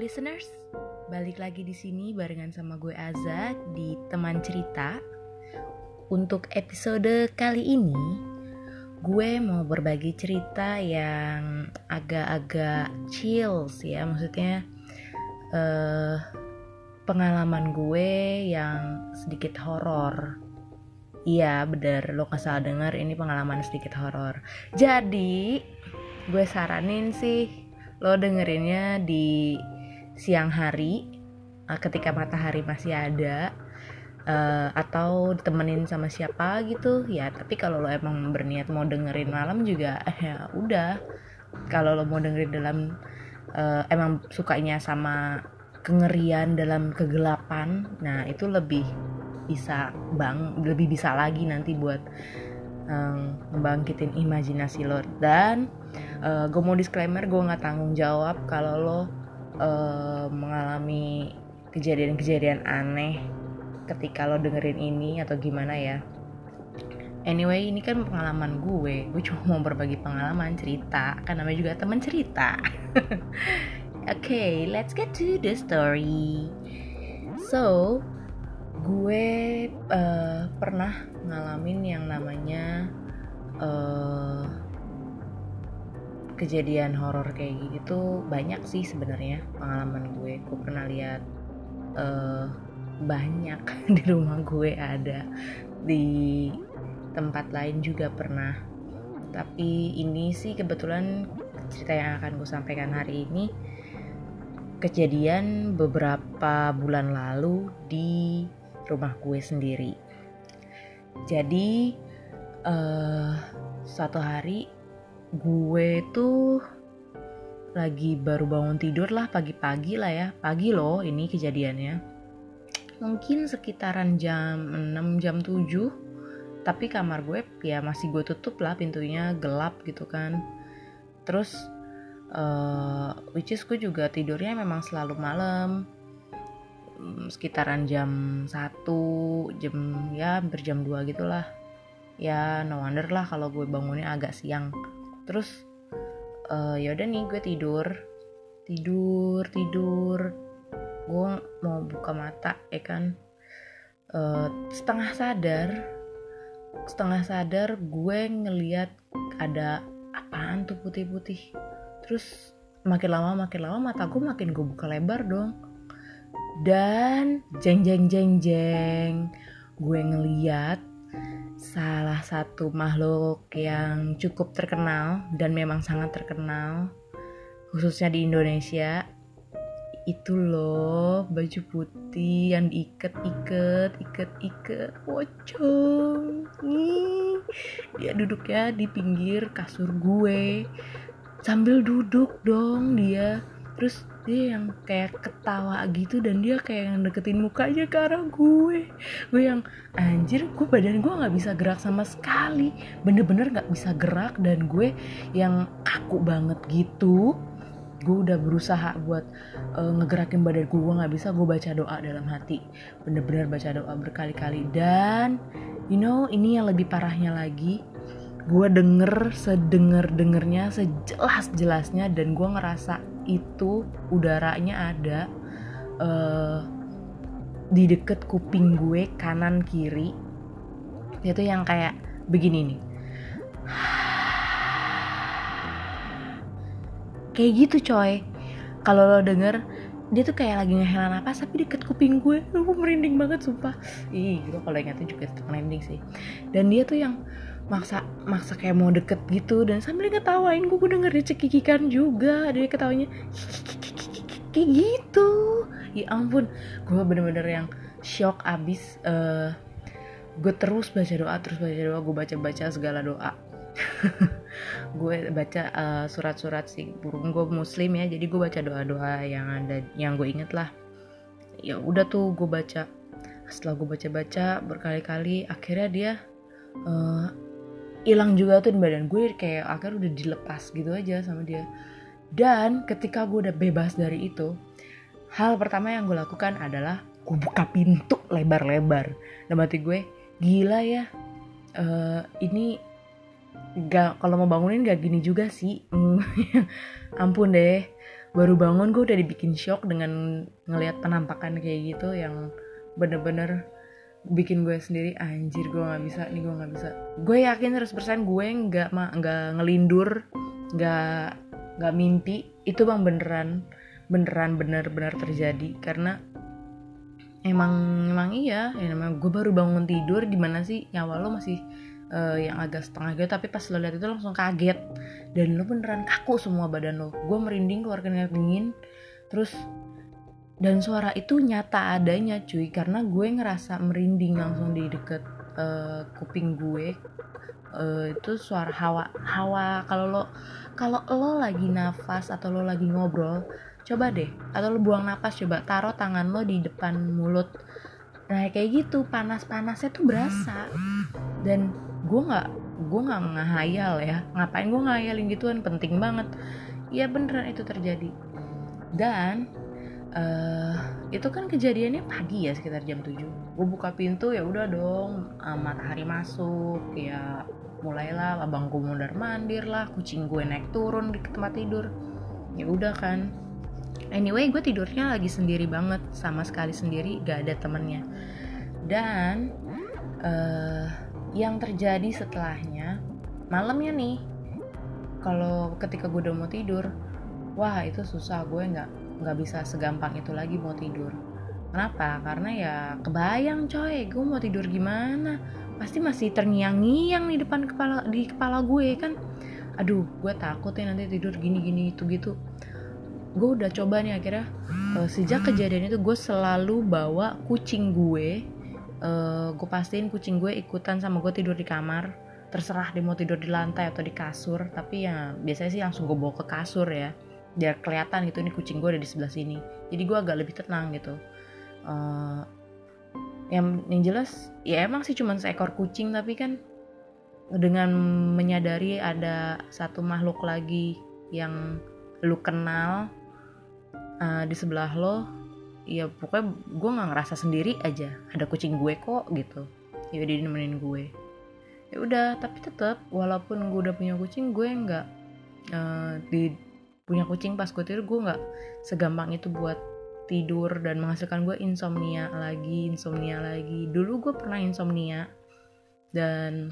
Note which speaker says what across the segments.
Speaker 1: listeners, balik lagi di sini barengan sama gue Aza di Teman Cerita. Untuk episode kali ini, gue mau berbagi cerita yang agak-agak chills ya, maksudnya pengalaman gue yang sedikit horor. Iya bener, lo gak salah denger, ini pengalaman sedikit horor. Jadi gue saranin sih lo dengerinnya di siang hari ketika matahari masih ada, atau ditemenin sama siapa gitu ya. Tapi kalau lo emang berniat mau dengerin malam juga ya udah. Kalau lo mau dengerin dalam emang sukanya sama kengerian dalam kegelapan, nah itu lebih bisa lagi nanti buat membangkitin imajinasi lo. Dan gue mau disclaimer, gue nggak tanggung jawab kalau lo mengalami kejadian-kejadian aneh ketika lo dengerin ini atau gimana ya. Anyway, ini kan pengalaman gue cuma mau berbagi pengalaman cerita, kan namanya juga teman cerita. Okay, let's get to the story. So, gue pernah ngalamin yang namanya kejadian horor kayak gitu. Banyak sih sebenarnya pengalaman gue pernah lihat banyak di rumah gue ada, di tempat lain juga pernah. Tapi ini sih kebetulan cerita yang akan gue sampaikan hari ini kejadian beberapa bulan lalu di rumah gue sendiri. Jadi suatu hari gue tuh lagi baru bangun tidur lah, pagi-pagi lah ya. Pagi loh ini kejadiannya. Mungkin sekitaran jam 6, jam 7. Tapi kamar gue ya masih gue tutup lah, pintunya gelap gitu kan. Terus which is gue juga tidurnya memang selalu malam, sekitaran jam 1, hampir jam 2 gitulah. Ya no wonder lah kalau gue bangunnya agak siang. Terus yaudah nih gue tidur. Gue mau buka mata ya kan, setengah sadar gue ngelihat ada apaan tuh putih-putih. Terus makin lama mata gue makin gue buka lebar dong. Dan jeng gue ngelihat salah satu makhluk yang cukup terkenal dan memang sangat terkenal khususnya di Indonesia. Itu loh, baju putih yang diikat pocong. Dia duduknya di pinggir kasur gue sambil duduk dong dia. Terus dia yang kayak ketawa gitu, dan dia kayak yang deketin mukanya ke arah gue. Gue yang anjir, badan gue gak bisa gerak sama sekali, bener-bener gak bisa gerak. Dan gue yang kaku banget gitu. Gue udah berusaha buat ngegerakin badan gue gak bisa. Gue baca doa dalam hati, bener-bener baca doa berkali-kali. Dan you know, ini yang lebih parahnya lagi, gue sedengernya, sejelas-jelasnya, dan gue ngerasa itu udaranya ada di deket kuping gue kanan kiri. Itu yang kayak begini nih, kayak gitu coy. Kalau lo denger, dia tuh kayak lagi ngehela napas tapi deket kuping gue. Gue merinding banget sumpah. Gue kalau ingatnya juga tetap merinding sih. Dan dia tuh yang maksa kayak mau deket gitu, dan sambil ngetawain gue denger dia cekikikan juga. Dia ketawanya kayak gitu. Ya ampun, gue bener-bener yang shock abis. Gue terus baca doa, gue baca segala doa. Gue baca surat-surat sih, burung gue muslim ya, jadi gue baca doa-doa yang ada, yang gue inget lah. Ya udah tuh gue baca. Setelah gue baca berkali-kali, akhirnya dia hilang juga tuh di badan gue. Kayak akhirnya udah dilepas gitu aja sama dia. Dan ketika gue udah bebas dari itu, hal pertama yang gue lakukan adalah gue buka pintu lebar-lebar. Dan hati gue, gila ya, ini gak, kalau mau bangunin gak gini juga sih. Ampun deh, baru bangun gue udah dibikin shock dengan ngelihat penampakan kayak gitu yang bener-bener bikin gue sendiri anjir gue nggak bisa. Gue yakin 100% gue nggak ngelindur, nggak mimpi. Itu bang beneran terjadi karena emang iya ya, namanya gue baru bangun tidur, dimana sih nyawa lo masih yang agak setengah gitu, tapi pas lo lihat itu langsung kaget dan lo beneran kaku semua badan lo. Gue merinding, keluar keringat dingin, terus dan suara itu nyata adanya cuy, karena gue ngerasa merinding langsung di deket kuping gue. Itu suara hawa kalau lo lagi nafas atau lo lagi ngobrol, coba deh, atau lo buang napas, coba taruh tangan lo di depan mulut. Nah kayak gitu, panasnya tuh berasa. Dan gue nggak ngehayal ya, ngapain gue ngehayalin gituan, penting banget. Ya beneran itu terjadi. Dan itu kan kejadiannya pagi ya, sekitar jam 7. Gue buka pintu, ya udah dong, matahari masuk, ya mulailah abangku mondar mandir lah, kucing gue naik turun di tempat tidur. Ya udah kan. Anyway, gue tidurnya lagi sendiri banget, sama sekali sendiri, gak ada temennya. Dan yang terjadi setelahnya, malamnya nih, kalau ketika gue udah mau tidur, wah itu susah, gue nggak bisa segampang itu lagi mau tidur. Kenapa? Karena ya kebayang coy, gue mau tidur gimana? Pasti masih terngiang-ngiang di kepala gue kan. Aduh, gue takut ya nanti tidur gini gitu. Gue udah coba nih akhirnya, sejak kejadian itu gue selalu bawa kucing gue. Gue pastiin kucing gue ikutan sama gue tidur di kamar. Terserah dia mau tidur di lantai atau di kasur, tapi ya biasanya sih langsung gue bawa ke kasur ya, biar kelihatan gitu nih kucing gue ada di sebelah sini. Jadi gue agak lebih tenang gitu. Yang jelas ya emang sih cuma seekor kucing, tapi kan dengan menyadari ada satu makhluk lagi yang lu kenal di sebelah lo, ya pokoknya gue nggak ngerasa sendiri aja, ada kucing gue kok gitu, ya dia nemenin gue. Ya udah, tapi tetap walaupun gue udah punya kucing, gue nggak punya kucing pas gue tidur, gue nggak segampang itu buat tidur dan menghasilkan gue insomnia lagi. Dulu gue pernah insomnia dan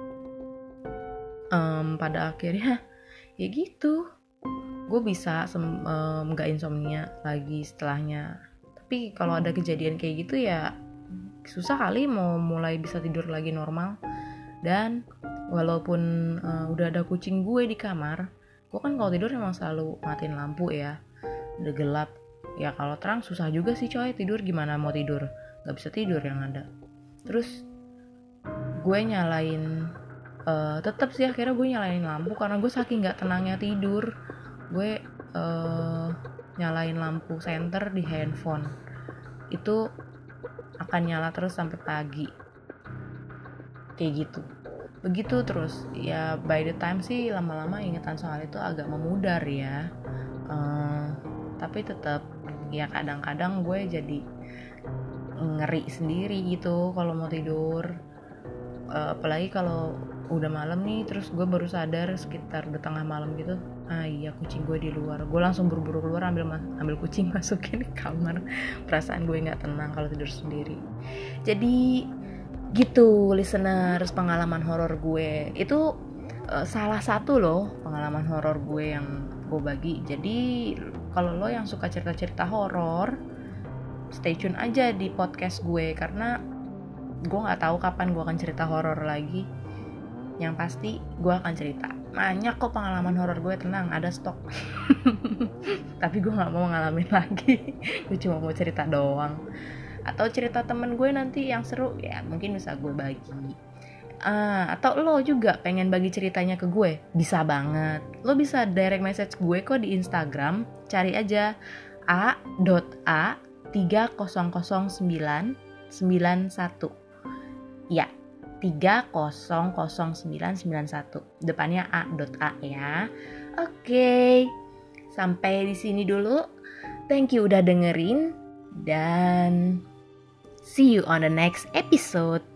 Speaker 1: pada akhirnya ya gitu, gue bisa nggak insomnia lagi setelahnya. Tapi kalau ada kejadian kayak gitu ya susah kali mau mulai bisa tidur lagi normal. Dan walaupun udah ada kucing gue di kamar, gue kan kalau tidur emang selalu matiin lampu ya, udah gelap ya. Kalau terang susah juga sih coy tidur, gimana mau tidur, nggak bisa tidur yang ada. Terus gue nyalain, tetap sih akhirnya gue nyalain lampu karena gue saking nggak tenangnya tidur. Gue nyalain lampu senter di handphone, itu akan nyala terus sampai pagi kayak gitu. Begitu terus ya, by the time sih lama-lama ingatan soal itu agak memudar ya. Tapi tetap ya kadang-kadang gue jadi ngeri sendiri gitu kalau mau tidur. Apalagi kalau udah malam nih, terus gue baru sadar sekitar udah tengah malam gitu, iya kucing gue di luar. Gue langsung buru-buru keluar ambil kucing, masukin ke kamar. Perasaan gue nggak tenang kalau tidur sendiri. Jadi gitu listeners, pengalaman horor gue itu salah satu loh pengalaman horor gue yang gue bagi. Jadi kalau lo yang suka cerita-cerita horor, stay tune aja di podcast gue, karena gue nggak tahu kapan gue akan cerita horor lagi. Yang pasti gue akan cerita banyak kok pengalaman horor gue, tenang, ada stok. Tapi gue nggak mau ngalamin lagi. Gue cuma mau cerita doang. Atau cerita temen gue nanti yang seru ya mungkin bisa gue bagi. Atau lo juga pengen bagi ceritanya ke gue, bisa banget. Lo bisa direct message gue kok di Instagram, cari aja a.a300991 ya, 300991, depannya a.a ya. Oke, sampai di sini dulu. Thank you udah dengerin, dan see you on the next episode.